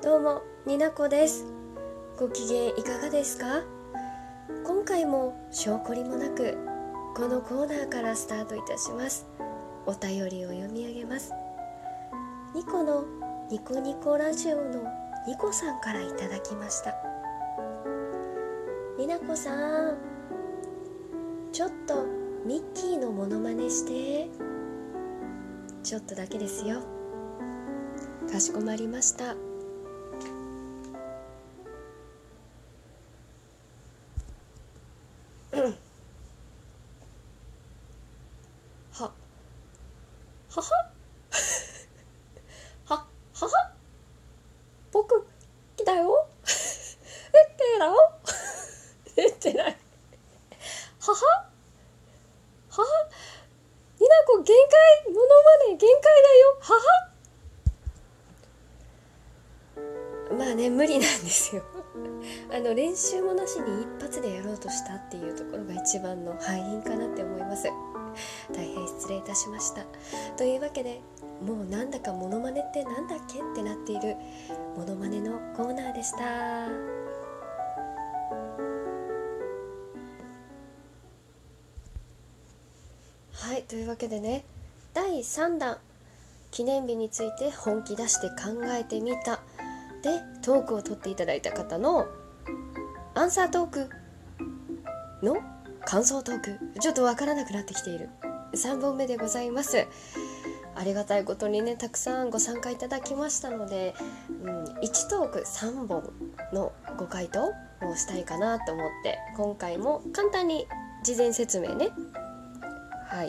どうも、になこです。ご機嫌いかがですか？今回も証拠りもなくこのコーナーからスタートいたします。お便りを読み上げます。ニコのニコニコラジオのニコさんからいただきました。になこさん、ちょっとミッキーのモノマネして。ちょっとだけですよ。かしこまりました。はははは僕来たよえだよってないはになこ限界モノマネ限界だよまあね、無理なんですよ練習もなしに一発でやろうとしたっていうところが一番の敗因かなって思います。大変失礼いたしました。というわけで、もうなんだかモノマネってなんだっけってなっているモノマネのコーナーでした。はい、というわけでね、第3弾記念日について本気出して考えてみたでトークを取っていただいた方のアンサートークの感想トーク、ちょっとわからなくなってきている3本目でございます。ありがたいことにね、たくさんご参加いただきましたので、1トーク3本のご回答をしたいかなと思って、今回も簡単に事前説明ね。はい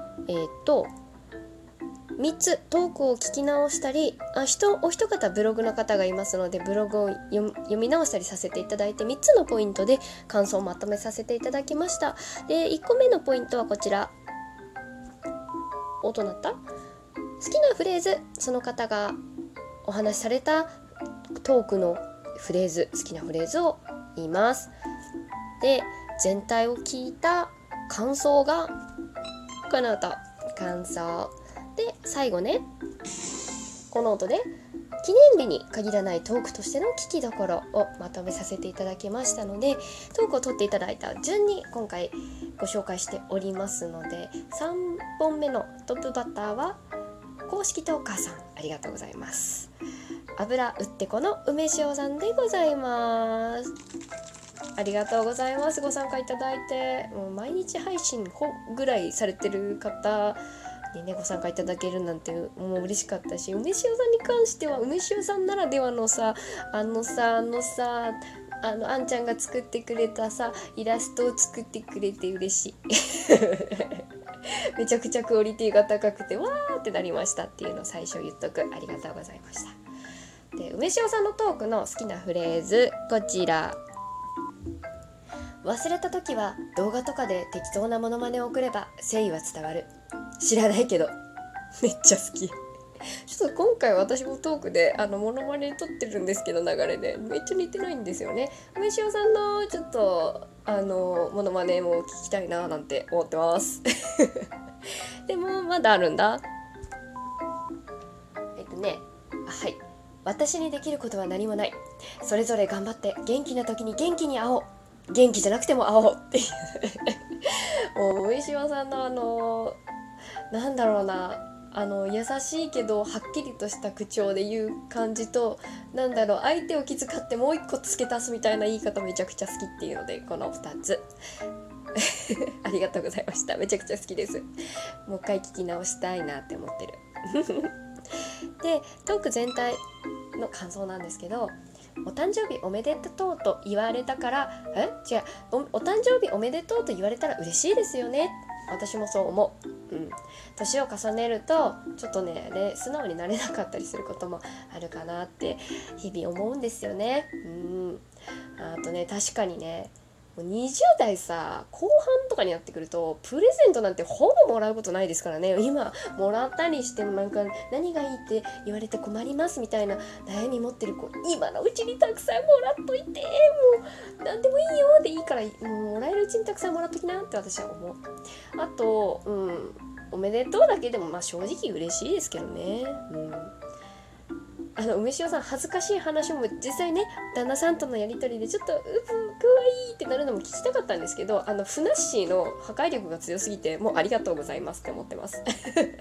、3つトークを聞き直したり、お一方ブログの方がいますので、ブログを読み直したりさせていただいて、3つのポイントで感想をまとめさせていただきました。で、1個目のポイントはこちら。音鳴った？好きなフレーズ、その方がお話しされたトークのフレーズ、好きなフレーズを言います。で、全体を聞いた感想がこの音、感想で、最後ね、この音で記念日に限らないトークとしての聞きどころをまとめさせていただきましたので、トークを取っていただいた順に今回ご紹介しておりますので、3本目のトップバッターは公式トーカーさん、ありがとうございます。油売ってこの梅塩さんでございます。ありがとうございます。ご参加いただいて、もう毎日配信ぐらいされてる方にね、ご参加いただけるなんてもう嬉しかったし、梅塩さんに関しては梅塩さんならではのさ、あんちゃんが作ってくれたさイラストを作ってくれて嬉しいめちゃくちゃクオリティが高くてわーってなりましたっていうのを最初言っとく。ありがとうございました。で、梅塩さんのトークの好きなフレーズ、こちら。忘れた時は動画とかで適当なモノマネを送れば誠意は伝わる。知らないけどめっちゃ好きちょっと今回私もトークでモノマネ撮ってるんですけど、流れでめっちゃ似てないんですよね。梅塩さんのちょっとモノマネも聞きたいななんて思ってますでもまだあるんだ。はい、私にできることは何もない。それぞれ頑張って元気な時に元気に会おう。元気じゃなくても会おうっていうもう梅塩さんのなんだろうな、優しいけどはっきりとした口調で言う感じと、なんだろう、相手を気遣ってもう一個付け足すみたいな言い方めちゃくちゃ好きっていうので、この2つありがとうございました。めちゃくちゃ好きです。もう一回聞き直したいなって思ってるで、トーク全体の感想なんですけど、お誕生日おめでとうと言われたからお誕生日おめでとうと言われたら嬉しいですよね。私もそう思う。年を重ねるとちょっとね、素直になれなかったりすることもあるかなって日々思うんですよね。あとね、確かにね、20代さ後半とかになってくるとプレゼントなんてほぼもらうことないですからね。今もらったりしてもなんか何がいいって言われて困りますみたいな悩み持ってる子、今のうちにたくさんもらっといて、もう何でもいいよでいいから、もうもらえるうちにたくさんもらっときなって私は思う。あとおめでとうだけでも正直嬉しいですけどね。 梅塩さん恥ずかしい話も実際ね旦那さんとのやり取りでちょっとかわいいってなるのも聞きたかったんですけど、ふなっしーの破壊力が強すぎてもうありがとうございますって思ってますはい。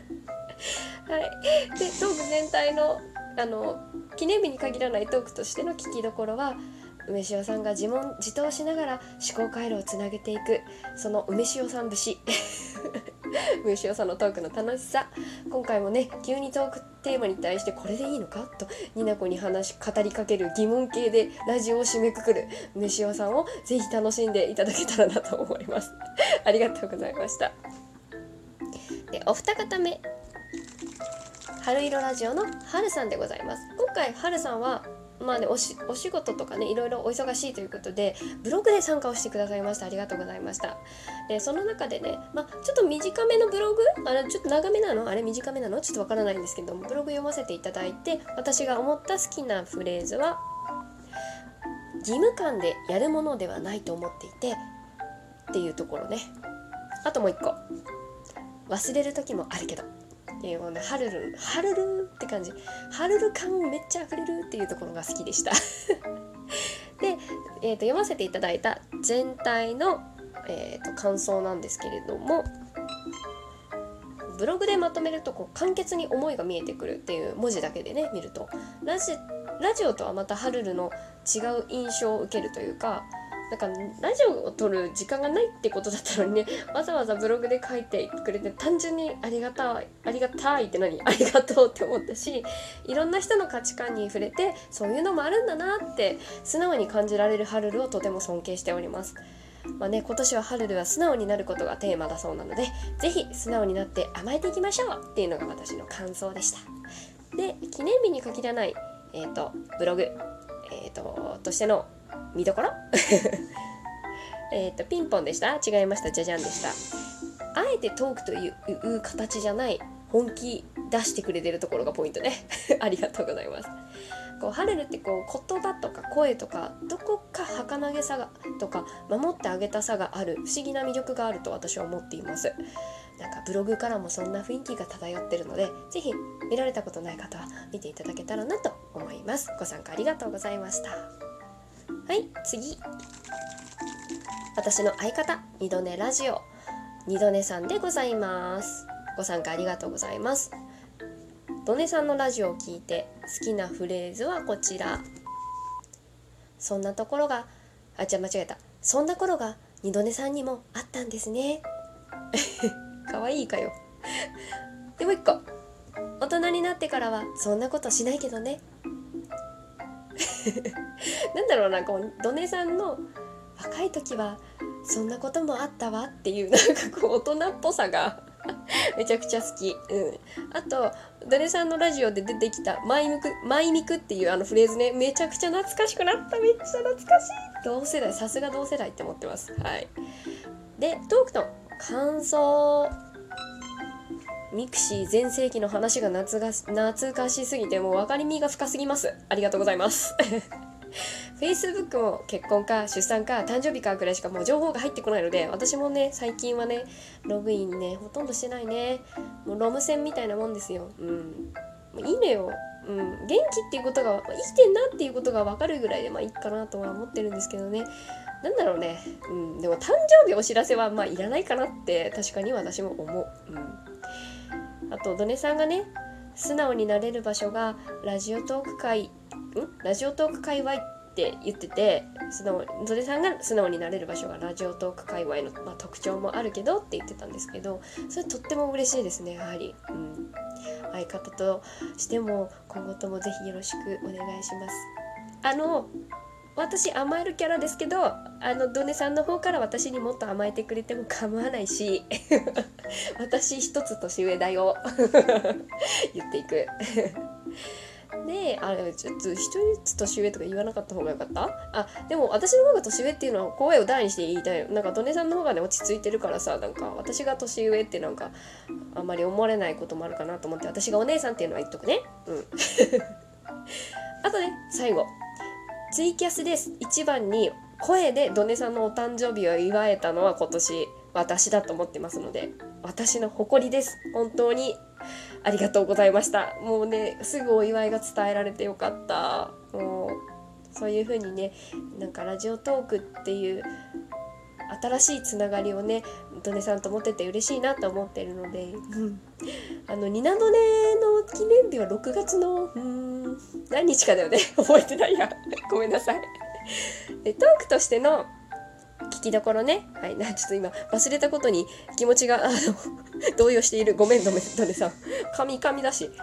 でトーク全体の記念日に限らないトークとしての聞きどころは、梅塩さんが自問自答しながら思考回路をつなげていくその梅塩さん節梅塩さんのトークの楽しさ。今回もね急にトークテーマに対してこれでいいのかとになこに語りかける疑問系でラジオを締めくくる梅塩さんをぜひ楽しんでいただけたらなと思いますありがとうございました。でお二方目、春色ラジオの春さんでございます。今回春さんはお仕事とかねいろいろお忙しいということでブログで参加をしてくださいました。ありがとうございました。でその中でね、ちょっと短めのブログ、ちょっと長めなの、短めなのちょっとわからないんですけども、ブログ読ませていただいて、私が思った好きなフレーズは、義務感でやるものではないと思っていてっていうところね。あともう一個、忘れる時もあるけどっていうので、ハルルって感じ、ハルル感めっちゃ溢れるっていうところが好きでしたで、読ませていただいた全体の、感想なんですけれども、ブログでまとめると簡潔に思いが見えてくるっていう文字だけでね見ると、ラジオとはまたハルルの違う印象を受けるというか、なんかラジオを撮る時間がないってことだったのにね、わざわざブログで書いてくれて単純にありがたいってありがとうって思ったし、いろんな人の価値観に触れてそういうのもあるんだなって素直に感じられるハルルをとても尊敬しております。今年はハルルは素直になることがテーマだそうなので、ぜひ素直になって甘えていきましょうっていうのが私の感想でした。で記念日に限らない、ブログ、としての見どころピンポンでした？違いました。じゃじゃんでした。あえてトークという形じゃない本気出してくれてるところがポイントねありがとうございます。ハルルって言葉とか声とかどこか儚げさがとか守ってあげたさがある不思議な魅力があると私は思っています。なんかブログからもそんな雰囲気が漂ってるので、ぜひ見られたことない方は見ていただけたらなと思います。ご参加ありがとうございました。はい、次、私の相方二度寝ラジオ二度寝さんでございます。ご参加ありがとうございます。ドネさんのラジオを聞いて好きなフレーズはこちら。そんなところがそんな頃が二度寝さんにもあったんですねかわいいかよでもう一個、大人になってからはそんなことしないけどねなんだろうな、ドネさんの若い時はそんなこともあったわっていう大人っぽさがめちゃくちゃ好き。あとドネさんのラジオで出てきたマイミクっていうフレーズね、めちゃくちゃ懐かしくなった。めっちゃ懐かしい。同世代、さすが同世代って思ってます。はい。でトークの感想、ミクシー全盛期の話が懐かしすぎてもう分かりみが深すぎます。ありがとうございますFacebook も結婚か出産か誕生日かくらいしかもう情報が入ってこないので、私もね最近はねログインねほとんどしてないね。もうロム線みたいなもんですよ。もういいのよ。元気っていうことが、生きてんなっていうことが分かるぐらいでいいかなとは思ってるんですけどね。なんだろうね。でも誕生日お知らせはいらないかなって確かに私も思う。あとドネさんがね素直になれる場所がラジオトーク界隈って言ってて、ドネさんが素直になれる場所がラジオトーク界隈の、特徴もあるけどって言ってたんですけど、それとっても嬉しいですね。やはり、相方としても今後ともぜひよろしくお願いします。私甘えるキャラですけど、ドネさんの方から私にもっと甘えてくれても構わないし私一つ年上だよ言っていくで、ちょっと一人年上とか言わなかった方がよかった？でも私の方が年上っていうのは声を大にして言いたい。ドネさんの方がね落ち着いてるからさ、私が年上ってあんまり思われないこともあるかなと思って、私がお姉さんっていうのは言っとくね。あとね、最後ツイキャスです。一番に声でドネさんのお誕生日を祝えたのは今年私だと思ってますので、私の誇りです。本当にありがとうございました。もうねすぐお祝いが伝えられてよかった。もうそういう風にね、なんかラジオトークっていう新しいつながりをねドネさんと持ってて嬉しいなと思ってるので、ニナドネの記念日は6月の何日かだよね覚えてないやごめんなさい。でトークとしての聞きどころね、はい、ちょっと今忘れたことに気持ちが動揺している。ごめんドネさん神々だし。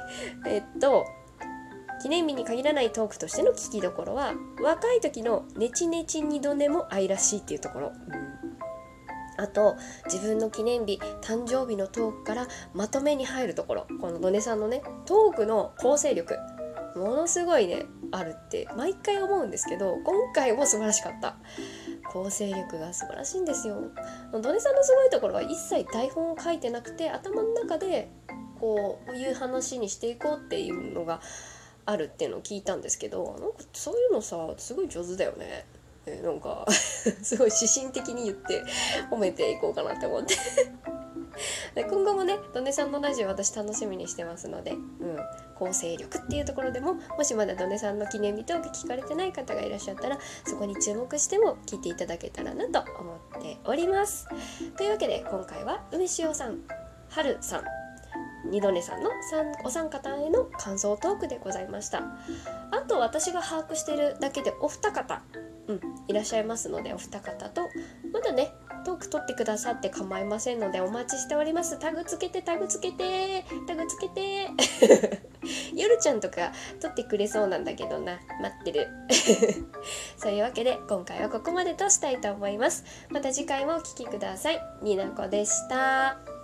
記念日に限らないトークとしての聞きどころは、若い時のネチネチ二度寝も愛らしいっていうところ、あと自分の記念日誕生日のトークからまとめに入るところ、このドネさんのねトークの構成力ものすごいねあるって毎回思うんですけど、今回も素晴らしかった。構成力が素晴らしいんですよ。ドネさんのすごいところは一切台本を書いてなくて、頭の中でこういう話にしていこうっていうのがあるっていうのを聞いたんですけど、なんかそういうのさすごい上手だよね。なんかすごい指針的に言って褒めていこうかなって思ってで今後もねドネさんのラジオ私楽しみにしてますので、構成力っていうところでももしまだドネさんの記念日トーク聞かれてない方がいらっしゃったら、そこに注目しても聞いていただけたらなと思っております。というわけで今回は梅塩さん、はるさん、二度寝さんのお三方への感想トークでございました。あと私が把握しているだけでお二方、いらっしゃいますので、お二方とまだねトーク取ってくださって構いませんのでお待ちしております。タグつけてゆるちゃんとか取ってくれそうなんだけどな、待ってるそういうわけで今回はここまでとしたいと思います。また次回もお聞きください。になこでした。